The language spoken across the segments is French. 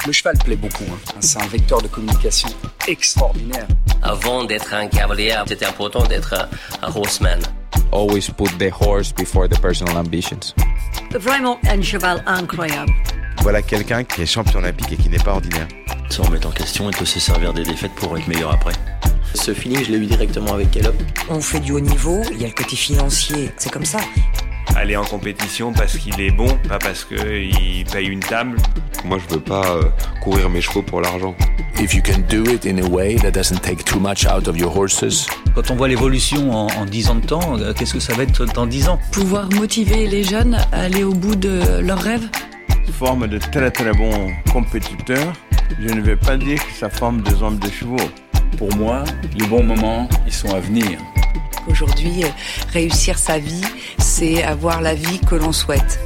Le cheval plaît beaucoup, C'est un vecteur de communication extraordinaire. Avant d'être un cavalier, c'était important d'être un horseman. Always put the horse before the personal ambitions. Vraiment un cheval incroyable. Voilà quelqu'un qui est champion olympique et qui n'est pas ordinaire. Se remettre en question et peut se servir des défaites pour être meilleur après. Ce feeling, je l'ai eu directement avec Caleb. On fait du haut niveau, il y a le côté financier, c'est comme ça. Aller en compétition parce qu'il est bon, pas parce qu'il paye une table. Moi, je veux pas courir mes chevaux pour l'argent. If you can do it in a way that doesn't take too much out of your horses. Quand on voit l'évolution en 10 ans de temps, qu'est-ce que ça va être dans 10 ans ? Pouvoir motiver les jeunes à aller au bout de leurs rêves. Forme de très très bons compétiteurs. Je ne vais pas dire que ça forme des hommes de chevaux. Pour moi, les bons moments, ils sont à venir. Aujourd'hui, réussir sa vie, c'est avoir la vie que l'on souhaite.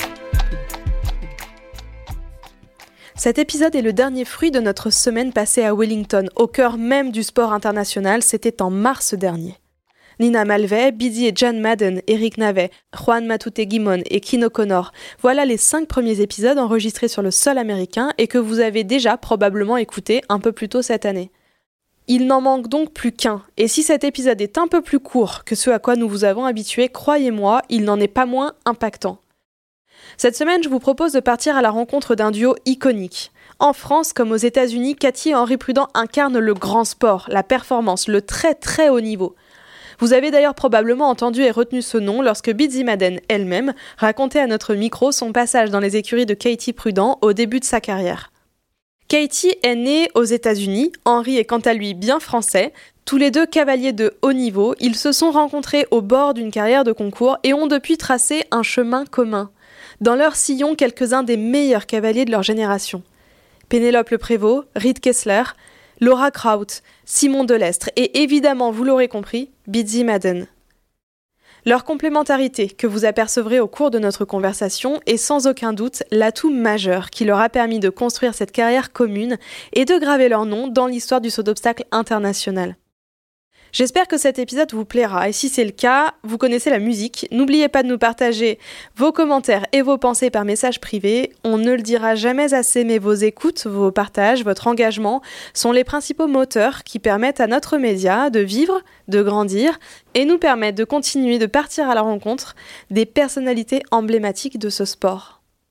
Cet épisode est le dernier fruit de notre semaine passée à Wellington, au cœur même du sport international. C'était en mars dernier. Nina Malvey, Bidi et John Madden, Eric Navet, Juan Matute Guimon et Kino Connor. Voilà les 5 premiers épisodes enregistrés sur le sol américain et que vous avez déjà probablement écoutés un peu plus tôt cette année. Il n'en manque donc plus qu'un, et si cet épisode est un peu plus court que ce à quoi nous vous avons habitués, croyez-moi, il n'en est pas moins impactant. Cette semaine, je vous propose de partir à la rencontre d'un duo iconique. En France, comme aux États-Unis, Cathy et Henri Prudent incarnent le grand sport, la performance, le très très haut niveau. Vous avez d'ailleurs probablement entendu et retenu ce nom lorsque Biddy Madden elle-même racontait à notre micro son passage dans les écuries de Katie Prudent au début de sa carrière. Katie est née aux États-Unis, Henri est quant à lui bien français. Tous les deux cavaliers de haut niveau, ils se sont rencontrés au bord d'une carrière de concours et ont depuis tracé un chemin commun. Dans leur sillon, quelques-uns des meilleurs cavaliers de leur génération. Pénélope Le Prévost, Reed Kessler, Laura Kraut, Simon Delestre et évidemment, vous l'aurez compris, Biddy Madden. Leur complémentarité, que vous apercevrez au cours de notre conversation, est sans aucun doute l'atout majeur qui leur a permis de construire cette carrière commune et de graver leur nom dans l'histoire du saut d'obstacle international. J'espère que cet épisode vous plaira et si c'est le cas, vous connaissez la musique. N'oubliez pas de nous partager vos commentaires et vos pensées par message privé. On ne le dira jamais assez, mais vos écoutes, vos partages, votre engagement sont les principaux moteurs qui permettent à notre média de vivre, de grandir et nous permettent de continuer de partir à la rencontre des personnalités emblématiques de ce sport.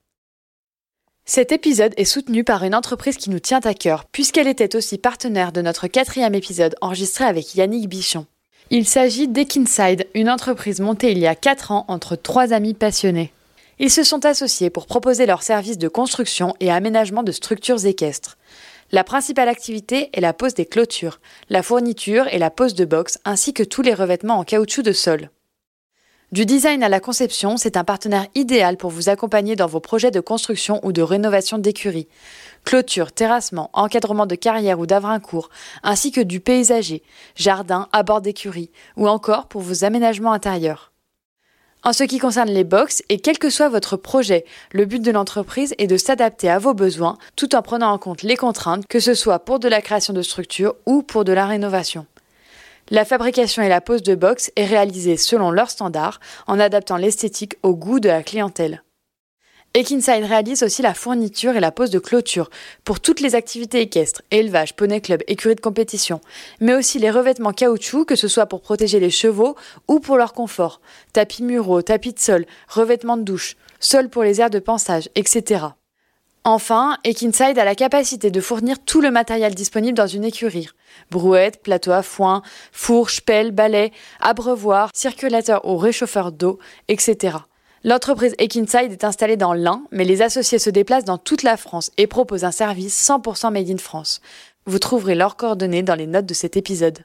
Cet épisode est soutenu par une entreprise qui nous tient à cœur, puisqu'elle était aussi partenaire de notre 4e épisode enregistré avec Yannick Bichon. Il s'agit d'Ekinside, une entreprise montée il y a 4 ans entre 3 amis passionnés. Ils se sont associés pour proposer leurs services de construction et aménagement de structures équestres. La principale activité est la pose des clôtures, la fourniture et la pose de box, ainsi que tous les revêtements en caoutchouc de sol. Du design à la conception, c'est un partenaire idéal pour vous accompagner dans vos projets de construction ou de rénovation d'écuries. Clôture, terrassement, encadrement de carrière ou d'avrincourt, ainsi que du paysager, jardin, abord d'écurie, ou encore pour vos aménagements intérieurs. En ce qui concerne les box, et quel que soit votre projet, le but de l'entreprise est de s'adapter à vos besoins tout en prenant en compte les contraintes, que ce soit pour de la création de structures ou pour de la rénovation. La fabrication et la pose de box est réalisée selon leurs standards, en adaptant l'esthétique au goût de la clientèle. Ekinside réalise aussi la fourniture et la pose de clôture pour toutes les activités équestres, élevage, poney club, écurie de compétition, mais aussi les revêtements caoutchouc, que ce soit pour protéger les chevaux ou pour leur confort, tapis muraux, tapis de sol, revêtements de douche, sol pour les aires de pansage, etc. Enfin, Ekinside a la capacité de fournir tout le matériel disponible dans une écurie. Brouette, plateau à foin, fourche, pelle, balai, abreuvoir, circulateur ou réchauffeur d'eau, etc. L'entreprise Ekinside est installée dans l'Ain, mais les associés se déplacent dans toute la France et proposent un service 100% made in France. Vous trouverez leurs coordonnées dans les notes de cet épisode.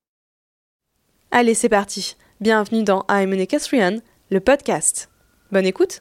Allez, c'est parti. Bienvenue dans I'm an Equestrian, le podcast. Bonne écoute.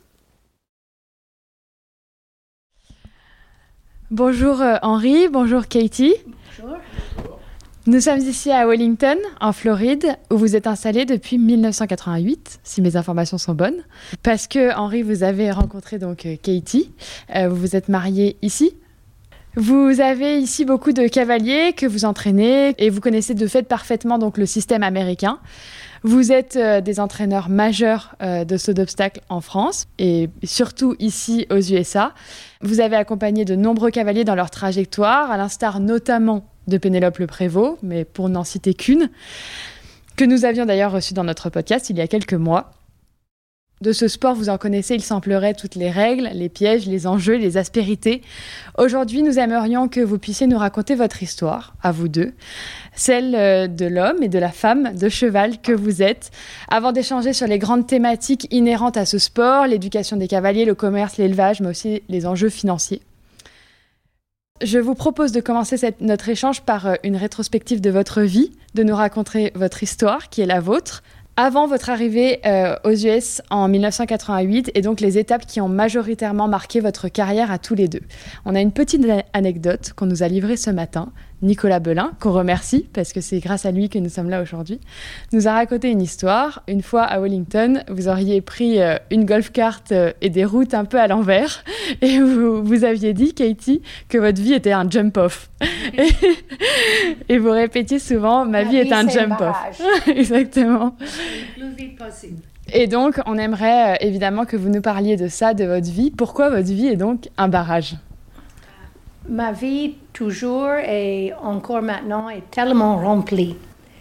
Bonjour Henri, bonjour Katie. Bonjour. Nous sommes ici à Wellington, en Floride, où vous êtes installés depuis 1988, si mes informations sont bonnes. Parce que Henri, vous avez rencontré donc Katie, vous vous êtes mariés ici. Vous avez ici beaucoup de cavaliers que vous entraînez et vous connaissez de fait parfaitement donc le système américain. Vous êtes des entraîneurs majeurs de saut d'obstacles en France et surtout ici aux USA. Vous avez accompagné de nombreux cavaliers dans leur trajectoire, à l'instar notamment de Pénélope Le Prévost, mais pour n'en citer qu'une, que nous avions d'ailleurs reçue dans notre podcast il y a quelques mois. De ce sport, vous en connaissez, il semblerait toutes les règles, les pièges, les enjeux, les aspérités. Aujourd'hui, nous aimerions que vous puissiez nous raconter votre histoire, à vous deux, celle de l'homme et de la femme de cheval que vous êtes, avant d'échanger sur les grandes thématiques inhérentes à ce sport, l'éducation des cavaliers, le commerce, l'élevage, mais aussi les enjeux financiers. Je vous propose de commencer notre échange par une rétrospective de votre vie, de nous raconter votre histoire, qui est la vôtre, avant votre arrivée aux US en 1988 et donc les étapes qui ont majoritairement marqué votre carrière à tous les deux. On a une petite anecdote qu'on nous a livrée ce matin. Nicolas Belin, qu'on remercie parce que c'est grâce à lui que nous sommes là aujourd'hui, nous a raconté une histoire. Une fois à Wellington, vous auriez pris une golf cart et des routes un peu à l'envers et vous aviez dit, Katie, que votre vie était un jump-off. Et vous répétiez souvent, ma vie est un jump-off. Exactement. Et donc, on aimerait évidemment que vous nous parliez de ça, de votre vie. Pourquoi votre vie est donc un barrage ? Ma vie, toujours et encore maintenant, est tellement remplie.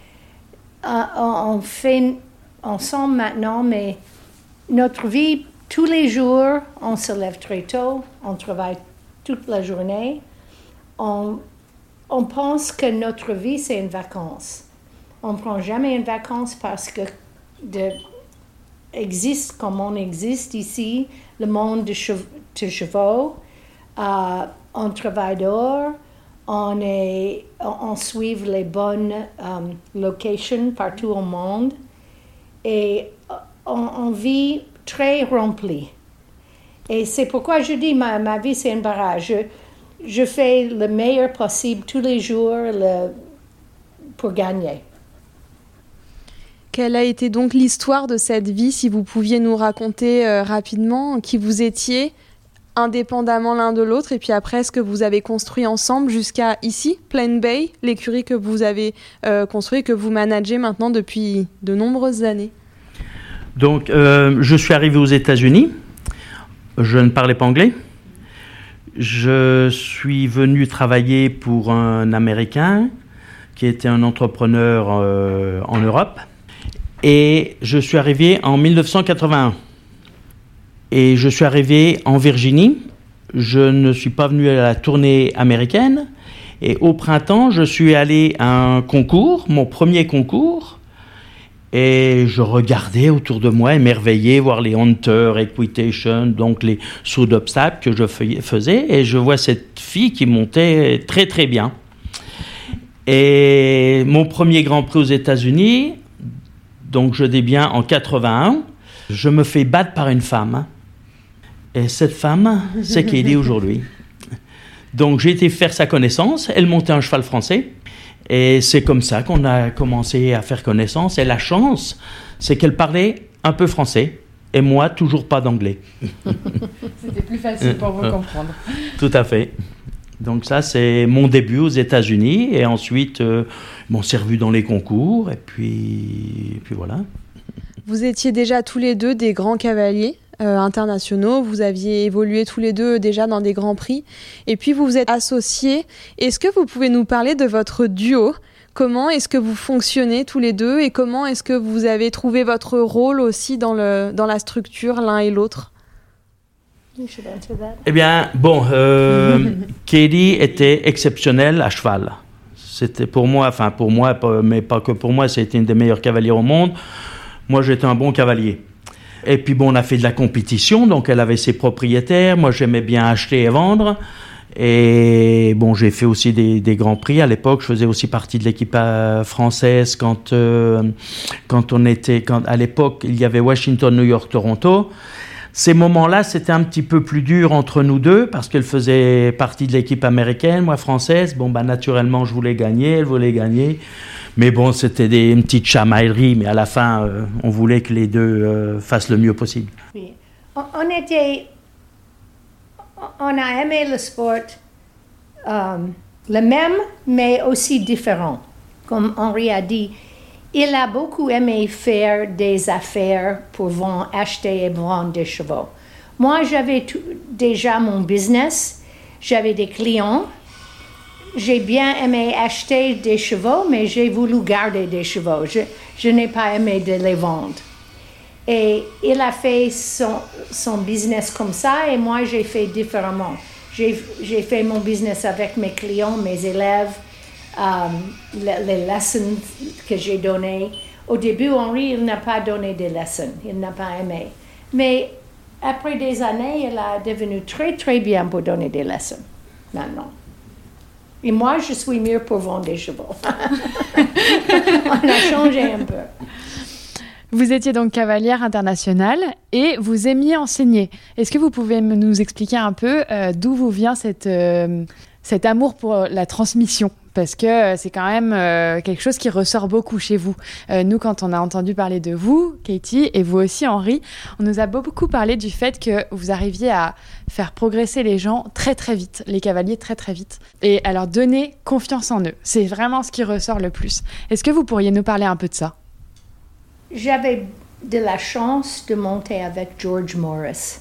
On fait ensemble maintenant, mais notre vie, tous les jours, on se lève très tôt, on travaille toute la journée. On pense que notre vie, c'est une vacance. On ne prend jamais une vacance parce que existe comme on existe ici, le monde de chevaux. On travaille dehors, on suit les bonnes locations partout au monde et on vit très rempli. Et c'est pourquoi je dis ma vie c'est un barrage. Je fais le meilleur possible tous les jours pour gagner. Quelle a été donc l'histoire de cette vie, si vous pouviez nous raconter rapidement qui vous étiez indépendamment l'un de l'autre, et puis après ce que vous avez construit ensemble jusqu'à ici, Plain Bay, l'écurie que vous avez construite, que vous managez maintenant depuis de nombreuses années. Donc, je suis arrivé aux États-Unis. Je ne parlais pas anglais. Je suis venu travailler pour un Américain qui était un entrepreneur en Europe. Et je suis arrivé en 1981. Et je suis arrivé en Virginie. Je ne suis pas venu à la tournée américaine. Et au printemps, je suis allé à un concours, mon premier concours. Et je regardais autour de moi, émerveillé, voir les Hunter Equitation, donc les sauts d'obstacles que je faisais. Et je vois cette fille qui montait très très bien. Et mon premier Grand Prix aux États-Unis, donc je dis bien en 81, je me fais battre par une femme. Et cette femme, c'est Katie aujourd'hui. Donc j'ai été faire sa connaissance, elle montait un cheval français. Et c'est comme ça qu'on a commencé à faire connaissance. Et la chance, c'est qu'elle parlait un peu français. Et moi, toujours pas d'anglais. C'était plus facile pour vous comprendre. Tout à fait. Donc ça, c'est mon début aux États-Unis. Et ensuite, on s'est revus dans les concours. Et puis voilà. Vous étiez déjà tous les deux des grands cavaliers internationaux. Vous aviez évolué tous les deux déjà dans des grands prix. Et puis vous vous êtes associés. Est-ce que vous pouvez nous parler de votre duo ? Comment est-ce que vous fonctionnez tous les deux et comment est-ce que vous avez trouvé votre rôle aussi dans la structure l'un et l'autre ? Eh bien, bon, Katie était exceptionnelle à cheval. C'était pour moi, mais pas que pour moi, c'était une des meilleures cavalières au monde. Moi, j'étais un bon cavalier. Et puis bon, on a fait de la compétition, donc elle avait ses propriétaires. Moi, j'aimais bien acheter et vendre. Et bon, j'ai fait aussi des grands prix. À l'époque, je faisais aussi partie de l'équipe française quand à l'époque, il y avait Washington, New York, Toronto. Ces moments-là, c'était un petit peu plus dur entre nous deux parce qu'elle faisait partie de l'équipe américaine, moi française. Bon, naturellement, je voulais gagner, elle voulait gagner. Mais bon, c'était une petite chamaillerie, mais à la fin, on voulait que les deux fassent le mieux possible. Oui. On a aimé le sport le même, mais aussi différent. Comme Henri a dit, il a beaucoup aimé faire des affaires pour acheter et vendre des chevaux. Moi, j'avais déjà mon business, j'avais des clients. J'ai bien aimé acheter des chevaux, mais j'ai voulu garder des chevaux. Je n'ai pas aimé de les vendre. Et il a fait son business comme ça, et moi, j'ai fait différemment. J'ai fait mon business avec mes clients, mes élèves, les leçons que j'ai données. Au début, Henri, il n'a pas donné des leçons, il n'a pas aimé. Mais après des années, il a devenu très, très bien pour donner des leçons, maintenant. Et moi, je suis mieux pour vendre des chevaux. On a changé un peu. Vous étiez donc cavalière internationale et vous aimiez enseigner. Est-ce que vous pouvez nous expliquer un peu d'où vous vient cet amour pour la transmission ? Parce que c'est quand même quelque chose qui ressort beaucoup chez vous. Nous, quand on a entendu parler de vous, Katie, et vous aussi, Henri, on nous a beaucoup parlé du fait que vous arriviez à faire progresser les gens très très vite, les cavaliers très très vite, et à leur donner confiance en eux. C'est vraiment ce qui ressort le plus. Est-ce que vous pourriez nous parler un peu de ça ? J'avais de la chance de monter avec George Morris.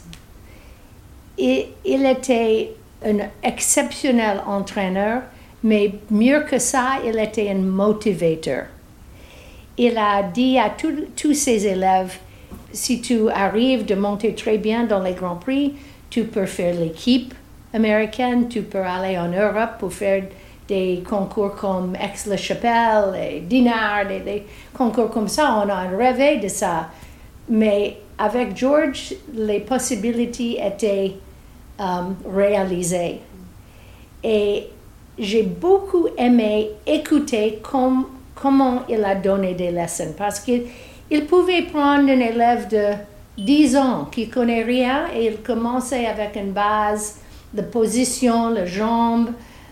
Et il était un exceptionnel entraîneur, mais mieux que ça, il était un motivateur. Il a dit à tous ses élèves, si tu arrives de monter très bien dans les Grands Prix, tu peux faire l'équipe américaine, tu peux aller en Europe pour faire des concours comme Aix-la-Chapelle, et Dinard, des concours comme ça. On a rêvé de ça. Mais avec George, les possibilités étaient réalisées. Et j'ai beaucoup aimé écouter comment il a donné des leçons, parce qu'il pouvait prendre un élève de 10 ans qui ne connaît rien et il commençait avec une base de position, les jambes.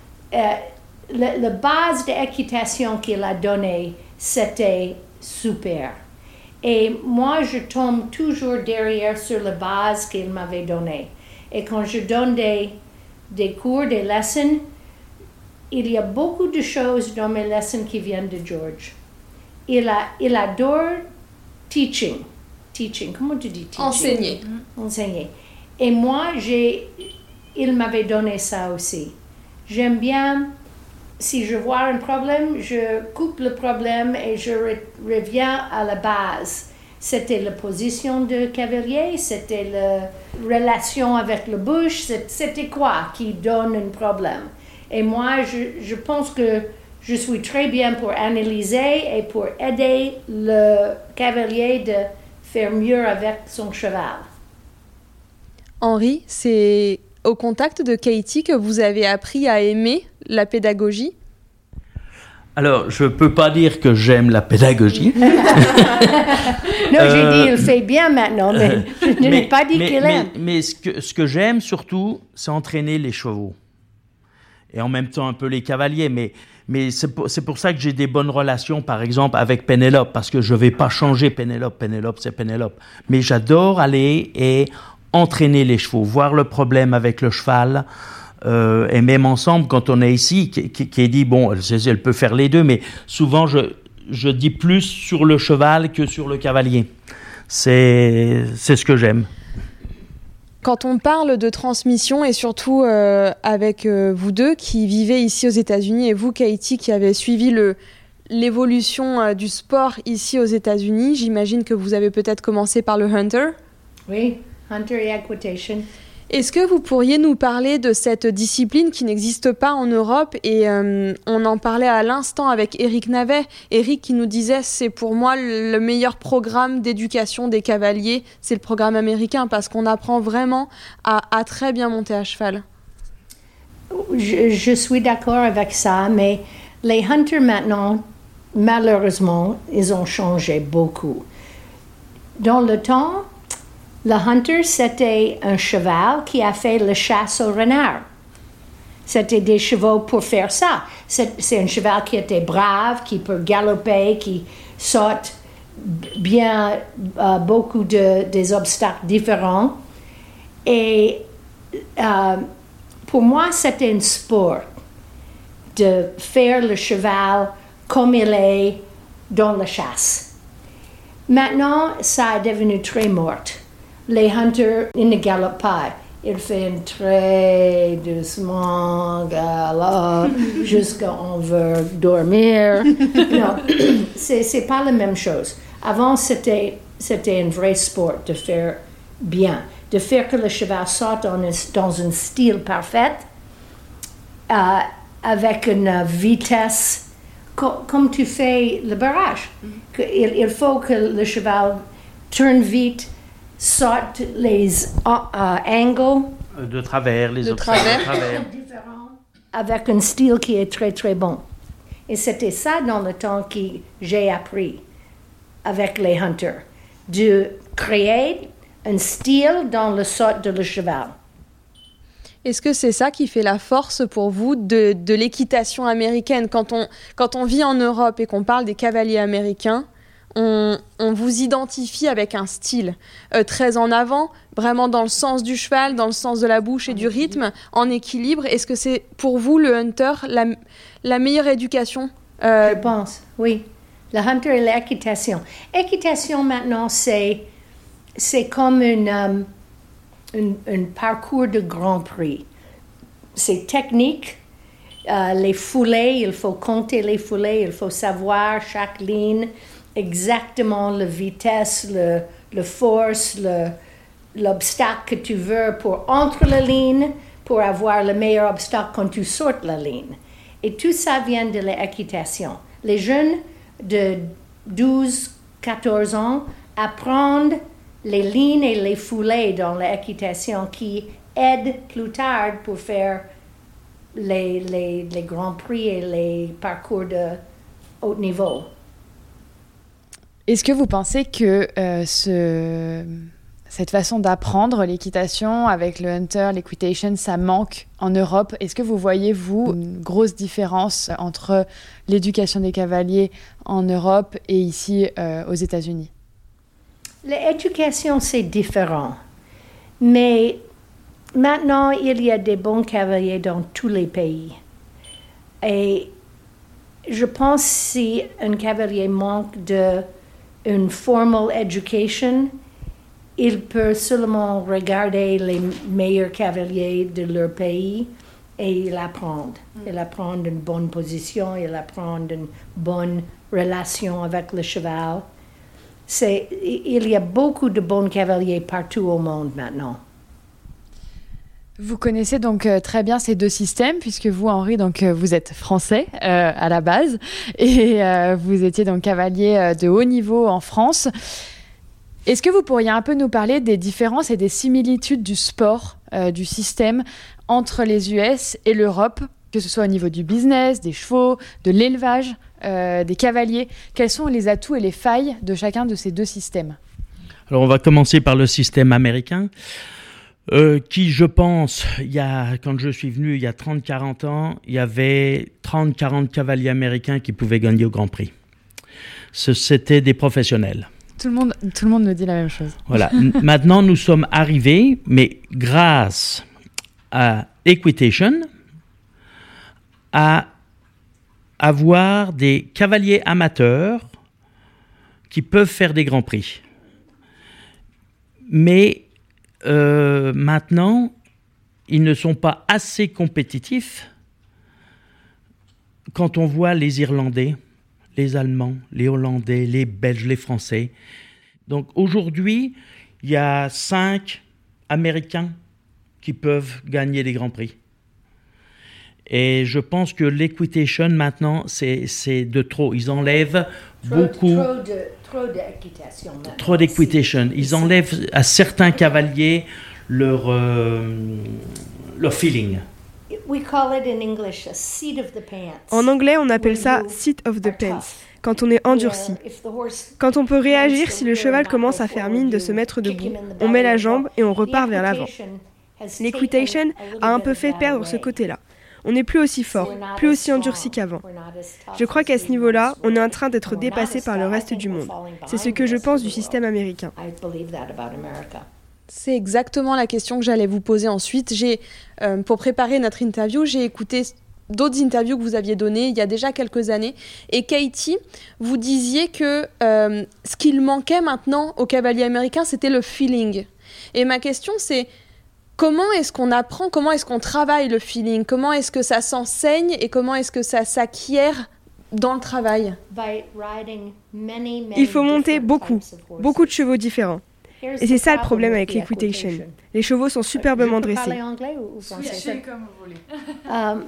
La base d'équitation qu'il a donnée, c'était super. Et moi, je tombe toujours derrière sur la base qu'il m'avait donnée. Et quand je donne des cours, des leçons, il y a beaucoup de choses dans mes leçons qui viennent de George. Il adore teaching. Comment tu dis teaching? Enseigner. Et moi, il m'avait donné ça aussi. J'aime bien, si je vois un problème, je coupe le problème et je reviens à la base. C'était la position de cavalier, c'était la relation avec le bouche, c'était quoi qui donne un problème. Et moi, je pense que je suis très bien pour analyser et pour aider le cavalier de faire mieux avec son cheval. Henri, c'est au contact de Katie que vous avez appris à aimer la pédagogie ? Alors, je ne peux pas dire que j'aime la pédagogie. Non, j'ai dit il fait bien maintenant, mais je n'ai pas dit qu'il aime. Mais ce que j'aime surtout, c'est entraîner les chevaux. Et en même temps un peu les cavaliers. Mais c'est pour ça que j'ai des bonnes relations, par exemple, avec Pénélope, parce que je ne vais pas changer Pénélope. Pénélope, c'est Pénélope. Mais j'adore aller et entraîner les chevaux, voir le problème avec le cheval. Et même ensemble, quand on est ici, qui dit, bon, elle peut faire les deux, mais souvent, je dis plus sur le cheval que sur le cavalier. C'est ce que j'aime. Quand on parle de transmission, et surtout avec vous deux qui vivez ici aux États-Unis, et vous, Katie, qui avez suivi l'évolution du sport ici aux États-Unis, j'imagine que vous avez peut-être commencé par le Hunter. Oui, Hunter et Equitation. Est-ce que vous pourriez nous parler de cette discipline qui n'existe pas en Europe ? Et on en parlait à l'instant avec Eric Navet. Eric qui nous disait, c'est pour moi le meilleur programme d'éducation des cavaliers, c'est le programme américain, parce qu'on apprend vraiment à très bien monter à cheval. Je suis d'accord avec ça, mais les hunters maintenant, malheureusement, ils ont changé beaucoup. Dans le temps, le hunter, c'était un cheval qui a fait la chasse au renard. C'était des chevaux pour faire ça. C'est un cheval qui était brave, qui peut galoper, qui saute bien beaucoup des obstacles différents. Et pour moi, c'était un sport de faire le cheval comme il est, dans la chasse. Maintenant, ça est devenu très mort. Les hunters, ils ne galopent pas. Ils font très doucement galop jusqu'à on veut dormir. Non, c'est pas la même chose. Avant, c'était un vrai sport de faire bien, de faire que le cheval saute dans un style parfait, avec une vitesse, comme tu fais le barrage. Il faut que le cheval tourne vite, saute les angles de travers, les obstacles de travers. Avec un style qui est très très bon. Et c'était ça dans le temps que j'ai appris avec les hunters, de créer un style dans le saut de le cheval. Est-ce que c'est ça qui fait la force pour vous de l'équitation américaine ? Quand on vit en Europe et qu'on parle des cavaliers américains, on vous identifie avec un style très en avant, vraiment dans le sens du cheval, dans le sens de la bouche et du rythme, en équilibre. Est-ce que c'est pour vous, le hunter, la meilleure éducation Je pense, oui. Le hunter et l'équitation. Équitation, maintenant, c'est comme un parcours de Grand Prix. C'est technique. Les foulées, il faut compter les foulées, il faut savoir chaque ligne, exactement la vitesse, la force, l'obstacle que tu veux pour entre la ligne, pour avoir le meilleur obstacle quand tu sortes la ligne. Et tout ça vient de l'équitation. Les jeunes de 12-14 ans apprennent les lignes et les foulées dans l'équitation qui aident plus tard pour faire les grands prix et les parcours de haut niveau. Est-ce que vous pensez que cette façon d'apprendre l'équitation avec le hunter, l'équitation, ça manque en Europe? Est-ce que vous voyez, vous, une grosse différence entre l'éducation des cavaliers en Europe et ici aux États-Unis? L'éducation, c'est différent. Mais maintenant, il y a des bons cavaliers dans tous les pays. Et je pense que si un cavalier manque d'une formal education, il peut seulement regarder les meilleurs cavaliers de leur pays et l'apprendre. Il apprend une bonne position, il apprend une bonne relation avec le cheval. Il y a beaucoup de bons cavaliers partout au monde maintenant. Vous connaissez donc très bien ces deux systèmes, puisque vous, Henri, donc, vous êtes français à la base, et vous étiez donc cavalier de haut niveau en France. Est-ce que vous pourriez un peu nous parler des différences et des similitudes du sport, du système, entre les US et l'Europe, que ce soit au niveau du business, des chevaux, de l'élevage, des cavaliers? Quels sont les atouts et les failles de chacun de ces deux systèmes? Alors, on va commencer par le système américain, qui, je pense, quand je suis venu il y a 30-40 ans, il y avait 30-40 cavaliers américains qui pouvaient gagner au Grand Prix. C'était des professionnels. Tout le monde nous dit la même chose. Voilà. Maintenant, nous sommes arrivés, mais grâce à Equitation, à avoir des cavaliers amateurs qui peuvent faire des grands prix. Mais maintenant, ils ne sont pas assez compétitifs quand on voit les Irlandais, les Allemands, les Hollandais, les Belges, les Français. Donc aujourd'hui, il y a 5 Américains qui peuvent gagner des grands prix. Et je pense que l'equitation maintenant, c'est de trop. Ils enlèvent beaucoup. Trop d'équitation. Trop d'équitation. Ils enlèvent à certains cavaliers leur feeling. We call it in English a seat of the pants. En anglais, on appelle ça seat of the pants, quand on est endurci. Quand on peut réagir si le cheval commence à faire mine de se mettre debout, on met la jambe et on repart vers l'avant. L'equitation a un peu fait perdre ce côté-là. On n'est plus aussi fort, plus aussi endurci qu'avant. Je crois qu'à ce niveau-là, on est en train d'être dépassé par le reste du monde. C'est ce que je pense du système américain. C'est exactement la question que j'allais vous poser ensuite. Pour préparer notre interview, j'ai écouté d'autres interviews que vous aviez données il y a déjà quelques années. Et Katie, vous disiez que ce qu'il manquait maintenant aux cavaliers américains, c'était le feeling. Et ma question, c'est comment est-ce qu'on apprend, comment est-ce qu'on travaille le feeling? Comment est-ce que ça s'enseigne et comment est-ce que ça s'acquiert dans le travail? Il faut monter beaucoup de chevaux différents. Et c'est ça le problème avec l'équitation. Les chevaux sont superbement dressés. Parler anglais ou français? Comme vous voulez.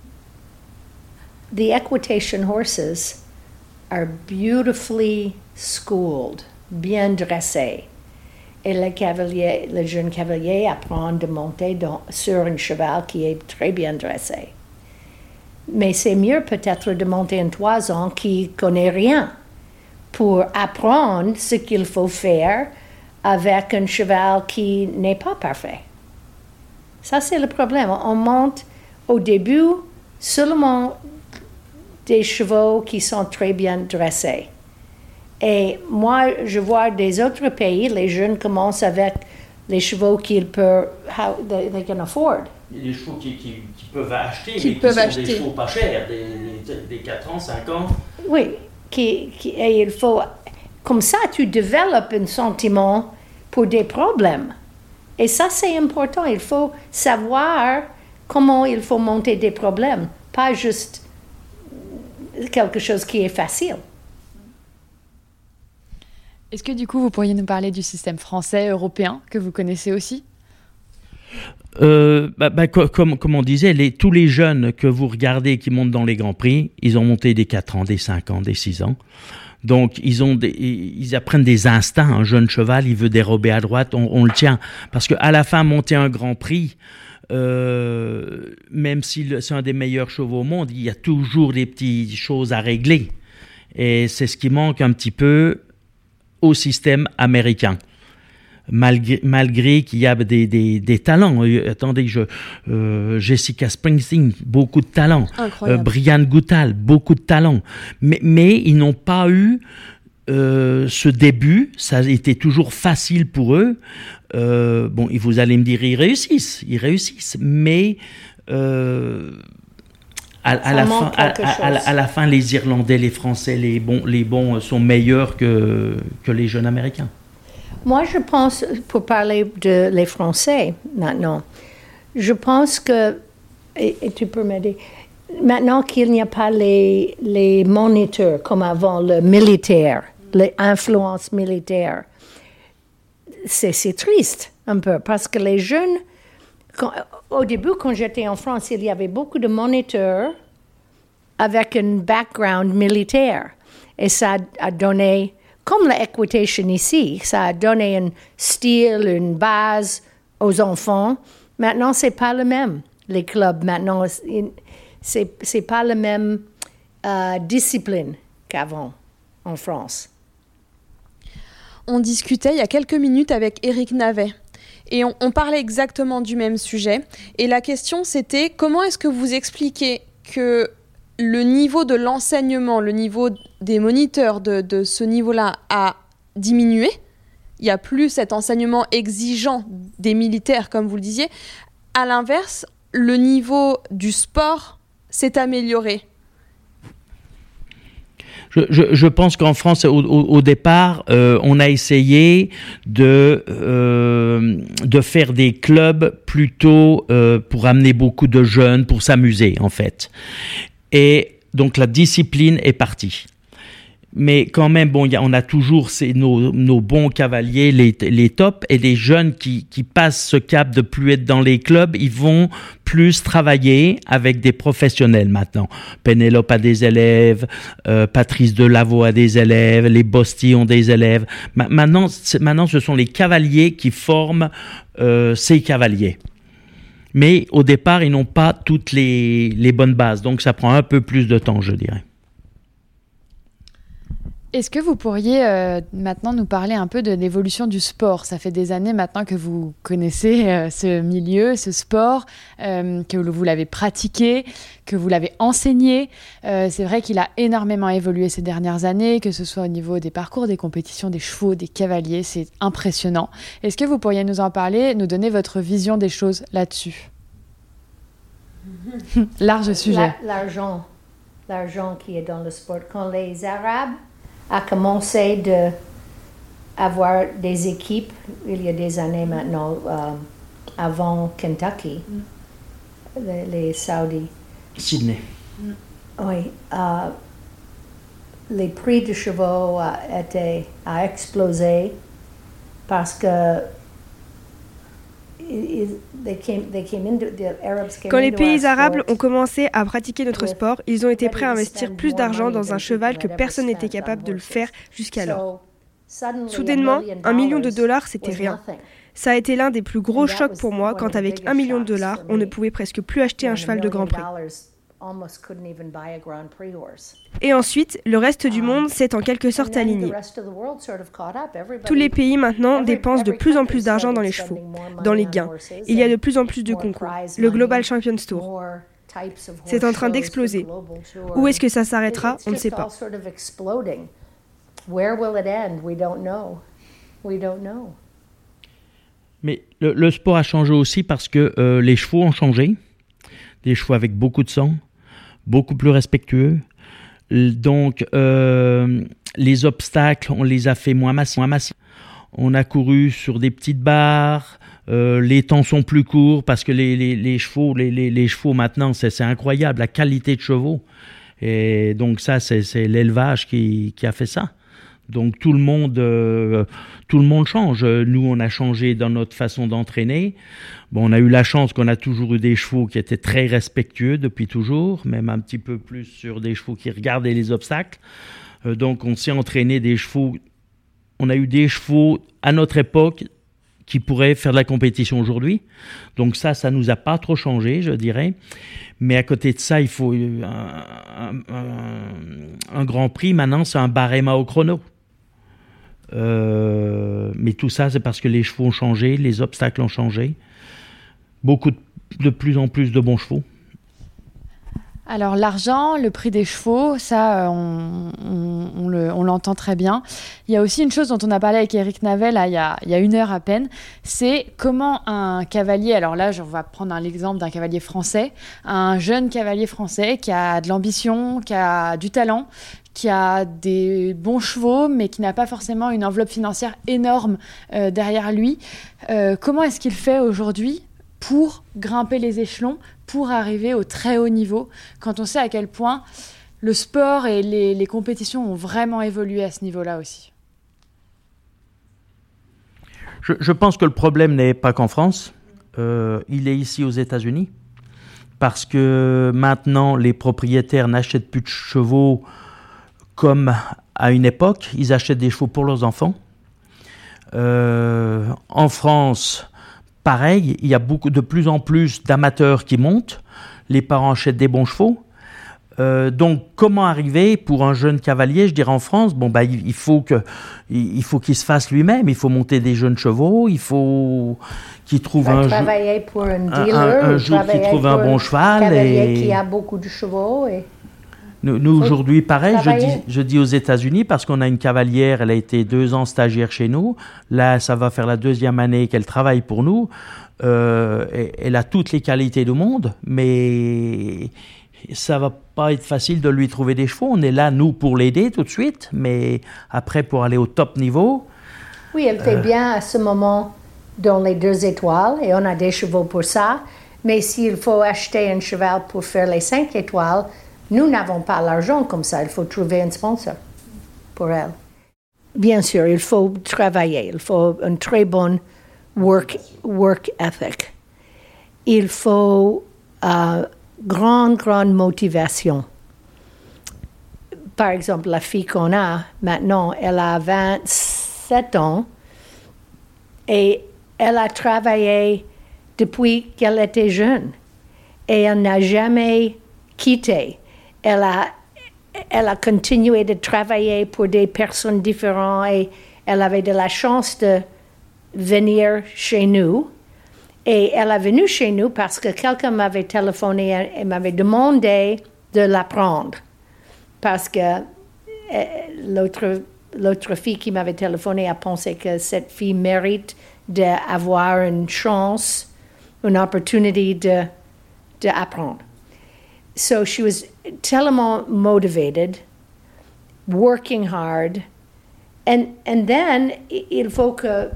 The equitation horses are beautifully schooled, bien dressés. Et le jeune cavalier apprend de monter sur un cheval qui est très bien dressé. Mais c'est mieux peut-être de monter un 3 ans qui ne connaît rien pour apprendre ce qu'il faut faire avec un cheval qui n'est pas parfait. Ça, c'est le problème. On monte au début seulement des chevaux qui sont très bien dressés. Et moi, je vois des autres pays, les jeunes commencent avec les chevaux qu'ils peuvent, they can afford. Les chevaux qu'ils peuvent acheter, Des chevaux pas chers, des 4 ans, 5 ans. Oui, et il faut, comme ça, tu développes un sentiment pour des problèmes. Et ça, c'est important. Il faut savoir comment il faut monter des problèmes, pas juste quelque chose qui est facile. Est-ce que du coup, vous pourriez nous parler du système français, européen, que vous connaissez aussi ? Comme on disait, tous les jeunes que vous regardez qui montent dans les Grands Prix, ils ont monté des 4 ans, des 5 ans, des 6 ans. Donc, ils apprennent des instincts. Un jeune cheval, il veut dérober à droite, on le tient. Parce qu'à la fin, monter un Grand Prix, même si c'est un des meilleurs chevaux au monde, il y a toujours des petites choses à régler. Et c'est ce qui manque un petit peu au système américain. Malgré qu'il y a des talents. Attendez, Jessica Springsteen, beaucoup de talent. Brian Goodall, beaucoup de talent. Mais ils n'ont pas eu ce début. Ça a été toujours facile pour eux. Vous allez me dire, ils réussissent. Mais à la fin, les Irlandais, les Français, les bons sont meilleurs que les jeunes Américains. Moi, je pense, pour parler des Français maintenant, je pense que, et tu peux m'aider, maintenant qu'il n'y a pas les moniteurs comme avant, le militaire, l'influence militaire, c'est triste un peu, parce que les jeunes, au début, quand j'étais en France, il y avait beaucoup de moniteurs avec un background militaire, et ça a donné... Comme l'équitation ici, ça a donné un style, une base aux enfants. Maintenant, c'est pas le même. Les clubs, maintenant, c'est pas la même discipline qu'avant en France. On discutait il y a quelques minutes avec Éric Navet et on parlait exactement du même sujet. Et la question, c'était comment est-ce que vous expliquez que le niveau de l'enseignement, le niveau des moniteurs de ce niveau-là a diminué. Il n'y a plus cet enseignement exigeant des militaires, comme vous le disiez. À l'inverse, le niveau du sport s'est amélioré. Je pense qu'en France, au départ, on a essayé de faire des clubs plutôt pour amener beaucoup de jeunes, pour s'amuser, en fait. Et donc la discipline est partie. Mais quand même, on a toujours nos bons cavaliers, les tops, et les jeunes qui passent ce cap de plus être dans les clubs, ils vont plus travailler avec des professionnels maintenant. Pénélope a des élèves, Patrice Delaveau a des élèves, les Bosti ont des élèves. Maintenant, ce sont les cavaliers qui forment ces cavaliers. Mais au départ, ils n'ont pas toutes les bonnes bases. Donc, ça prend un peu plus de temps, je dirais. Est-ce que vous pourriez maintenant nous parler un peu de l'évolution du sport ? Ça fait des années maintenant que vous connaissez ce milieu, ce sport, que vous l'avez pratiqué, que vous l'avez enseigné. C'est vrai qu'il a énormément évolué ces dernières années, que ce soit au niveau des parcours, des compétitions, des chevaux, des cavaliers. C'est impressionnant. Est-ce que vous pourriez nous en parler, nous donner votre vision des choses là-dessus ? Large sujet. L'argent qui est dans le sport. Quand les Arabes ont commencé de avoir des équipes, il y a des années maintenant, avant Kentucky, les Saoudis. Sydney. Oui. Les prix de chevaux a explosé parce que quand les pays arabes ont commencé à pratiquer notre sport, ils ont été prêts à investir plus d'argent dans un cheval que personne n'était capable de le faire jusqu'alors. Soudainement, $1 million, c'était rien. Ça a été l'un des plus gros chocs pour moi quand avec $1 million, on ne pouvait presque plus acheter un cheval de Grand Prix. Et ensuite, le reste du monde s'est en quelque sorte aligné. Tous les pays maintenant dépensent de plus en plus d'argent dans les chevaux, dans les gains. Il y a de plus en plus de concours. Le Global Champions Tour. C'est en train d'exploser. Où est-ce que ça s'arrêtera? On ne sait pas. Mais le sport a changé aussi parce que les chevaux ont changé. Des chevaux avec beaucoup de sang, beaucoup plus respectueux. Donc, les obstacles, on les a fait moins massifs. On a couru sur des petites barres. Les temps sont plus courts parce que les chevaux maintenant, c'est incroyable, la qualité de chevaux. Et donc ça, c'est l'élevage qui a fait ça. Donc tout le monde change. Nous, on a changé dans notre façon d'entraîner. Bon, on a eu la chance qu'on a toujours eu des chevaux qui étaient très respectueux depuis toujours, même un petit peu plus sur des chevaux qui regardaient les obstacles. Donc on s'est entraîné des chevaux. On a eu des chevaux à notre époque qui pourraient faire de la compétition aujourd'hui. Donc ça nous a pas trop changé, je dirais. Mais à côté de ça, il faut un Grand Prix. Maintenant, c'est un barème au chrono. Mais tout ça, c'est parce que les chevaux ont changé, les obstacles ont changé. De plus en plus de bons chevaux. Alors l'argent, le prix des chevaux, ça on l'entend très bien. Il y a aussi une chose dont on a parlé avec Eric Navel il y a 1 heure à peine, c'est comment un cavalier, alors là on va prendre l'exemple d'un cavalier français, un jeune cavalier français qui a de l'ambition, qui a du talent, qui a des bons chevaux, mais qui n'a pas forcément une enveloppe financière énorme derrière lui. Comment est-ce qu'il fait aujourd'hui pour grimper les échelons, pour arriver au très haut niveau, quand on sait à quel point le sport et les compétitions ont vraiment évolué à ce niveau-là aussi? Je pense que le problème n'est pas qu'en France, il est ici aux États-Unis, parce que maintenant les propriétaires n'achètent plus de chevaux comme à une époque, ils achètent des chevaux pour leurs enfants. En France, pareil, il y a de plus en plus d'amateurs qui montent. Les parents achètent des bons chevaux. Donc, comment arriver pour un jeune cavalier, je dirais en France, il faut qu'il se fasse lui-même. Il faut monter des jeunes chevaux. Il faut qu'il trouve un jour qu'il trouve un bon cheval. Cavalier qui a beaucoup de chevaux. Nous aujourd'hui, pareil, je dis aux États-Unis parce qu'on a une cavalière, elle a été 2 ans stagiaire chez nous. Là, ça va faire la 2e année qu'elle travaille pour nous. Elle a toutes les qualités du monde, mais ça va pas être facile de lui trouver des chevaux. On est là, nous, pour l'aider tout de suite, mais après, pour aller au top niveau... Oui, elle fait bien à ce moment dans les 2 étoiles, et on a des chevaux pour ça. Mais s'il faut acheter un cheval pour faire les 5 étoiles... Nous n'avons pas l'argent comme ça, il faut trouver un sponsor pour elle. Bien sûr, il faut travailler, il faut un très bon work ethic. Il faut grande motivation. Par exemple, la fille qu'on a maintenant, elle a 27 ans et elle a travaillé depuis qu'elle était jeune et elle n'a jamais quitté. Elle a continué de travailler pour des personnes différentes et elle avait de la chance de venir chez nous. Et elle est venue chez nous parce que quelqu'un m'avait téléphoné et m'avait demandé de la prendre. Parce que l'autre fille qui m'avait téléphoné a pensé que cette fille mérite d'avoir une chance, une opportunité de d'apprendre. So she was tellement motivated, working hard, and then il faut que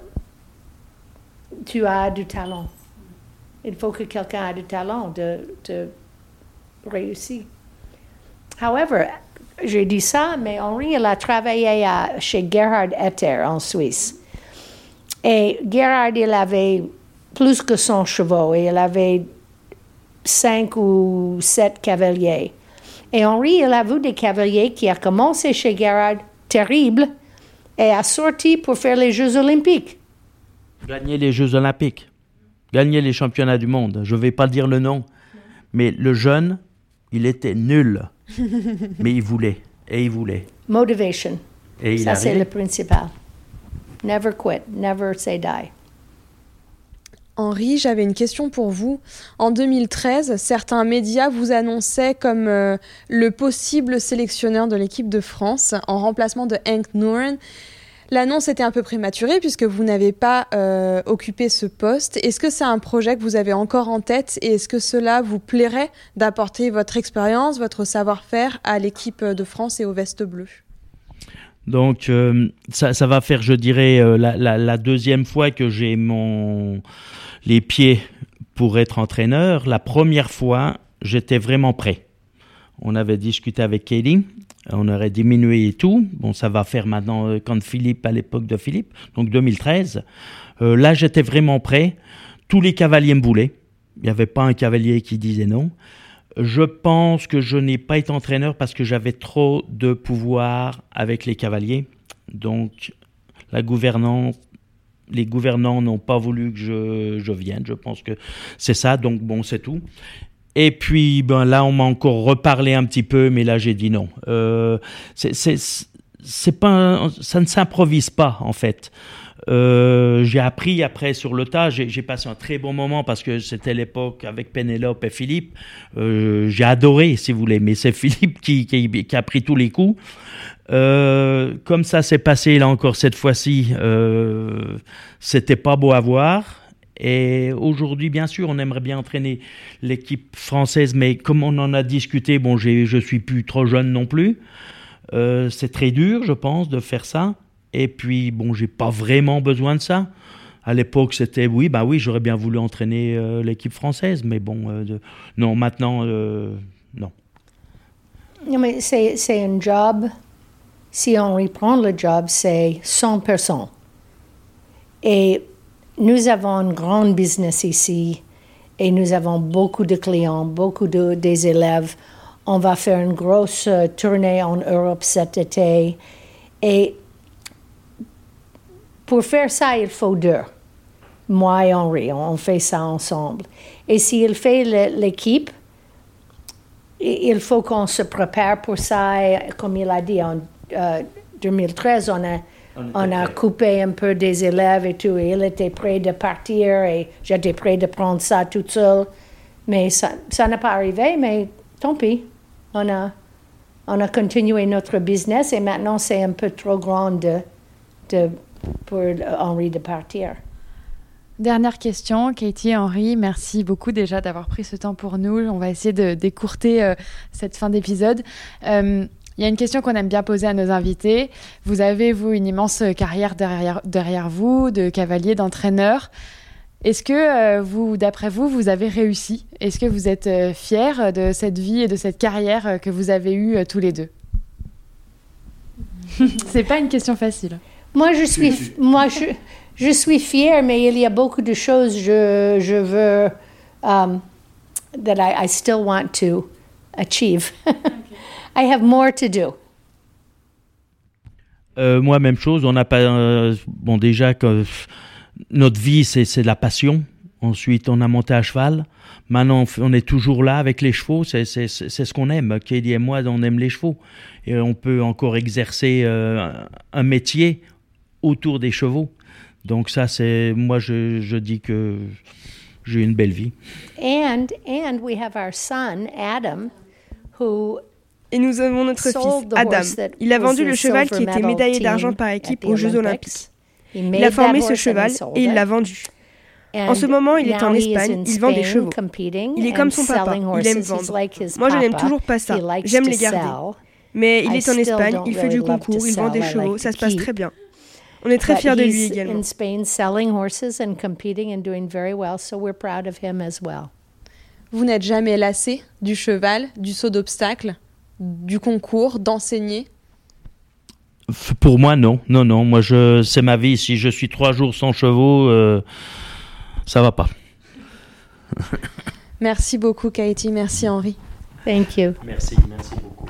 tu as du talent. Il faut que quelqu'un ait du talent de réussir. However, j'ai dit ça, mais Henri, elle a travaillé chez Gerhard Etter en Suisse. Et Gerhard, il avait plus que 100 chevaux et il avait 5 ou 7 cavaliers. Et Henri, il a vu des cavaliers qui a commencé chez Gerhard, terrible, et a sorti pour faire les Jeux Olympiques. Gagner les Jeux Olympiques, gagner les championnats du monde. Je ne vais pas dire le nom, mais le jeune, il était nul. Mais il voulait, et il voulait. Motivation. Et ça, c'est le principal. Never quit, never say die. Henri, j'avais une question pour vous. En 2013, certains médias vous annonçaient comme le possible sélectionneur de l'équipe de France en remplacement de Henk Nouwen. L'annonce était un peu prématurée puisque vous n'avez pas occupé ce poste. Est-ce que c'est un projet que vous avez encore en tête et est-ce que cela vous plairait d'apporter votre expérience, votre savoir-faire à l'équipe de France et aux Vestes Bleues ? Donc, ça va faire, je dirais, la deuxième fois que j'ai les pieds pour être entraîneur. La première fois, j'étais vraiment prêt. On avait discuté avec Kelly, on aurait diminué et tout. Bon, ça va faire maintenant quand Philippe, à l'époque de Philippe, donc 2013. Là, j'étais vraiment prêt. Tous les cavaliers me voulaient. Il n'y avait pas un cavalier qui disait non. Je pense que je n'ai pas été entraîneur parce que j'avais trop de pouvoir avec les cavaliers. Donc, les gouvernants n'ont pas voulu que je vienne. Je pense que c'est ça. Donc, bon, c'est tout. Et puis, là, on m'a encore reparlé un petit peu, mais là, j'ai dit non. C'est pas, ça ne s'improvise pas, en fait. J'ai appris après sur le tas, j'ai passé un très bon moment parce que c'était l'époque avec Pénélope et Philippe. J'ai adoré, si vous voulez, mais c'est Philippe qui a pris tous les coups. Comme ça s'est passé là encore cette fois-ci, c'était pas beau à voir. Et aujourd'hui, bien sûr, on aimerait bien entraîner l'équipe française, mais comme on en a discuté, bon, je suis plus trop jeune non plus. C'est très dur, je pense, de faire ça. Et puis, bon, j'ai pas vraiment besoin de ça. À l'époque, c'était oui, j'aurais bien voulu entraîner l'équipe française, mais bon, non, maintenant, non. Non, mais c'est un job. Si on reprend le job, c'est 100%. Et nous avons un grand business ici et nous avons beaucoup de clients, beaucoup des élèves. On va faire une grosse tournée en Europe cet été. Et pour faire ça, il faut deux. Moi et Henri, on fait ça ensemble. Et s'il fait l'équipe, il faut qu'on se prépare pour ça. Et comme il a dit, en 2013, on a coupé un peu des élèves et tout. Et il était prêt de partir et j'étais prêt de prendre ça toute seule. Mais ça n'a pas arrivé, mais tant pis. On a continué notre business et maintenant c'est un peu trop grand pour Henri de partir. Dernière question, Katie et Henri, merci beaucoup déjà d'avoir pris ce temps pour nous. On va essayer d'écourter cette fin d'épisode. Il y a une question qu'on aime bien poser à nos invités. Vous avez, vous, une immense carrière derrière vous, de cavalier, d'entraîneur. Est-ce que, d'après vous, vous avez réussi ? Est-ce que vous êtes fiers de cette vie et de cette carrière que vous avez eue tous les deux ? C'est pas une question facile. Moi, je suis fière, mais il y a beaucoup de choses je veux that I still want to achieve. I have more to do. Moi, même chose. On n'a pas. Bon, déjà, notre vie, c'est de la passion. Ensuite, on a monté à cheval. Maintenant, on est toujours là avec les chevaux. C'est ce qu'on aime. Kelly et moi, on aime les chevaux. Et on peut encore exercer un métier autour des chevaux. Donc ça, moi, je dis que j'ai une belle vie. And we have our son, Adam, who... Et nous avons notre fils, Adam. Il a vendu le cheval qui était médaillé d'argent par équipe aux Jeux Olympiques. Il a formé ce cheval et il l'a vendu. En ce moment, il est en Espagne, il vend des chevaux. Il est comme son papa, il aime vendre. Moi, je n'aime toujours pas ça, j'aime les garder. Mais il est en Espagne, il fait du concours, il vend des chevaux, ça se passe très bien. On est très fiers de lui également. Vous n'êtes jamais lassé du cheval, du saut d'obstacle, du concours, d'enseigner? Pour moi, non. Non. Moi, c'est ma vie. Si je suis 3 jours sans chevaux, ça va pas. Merci beaucoup, Katie. Merci, Henri. Thank you. Merci beaucoup.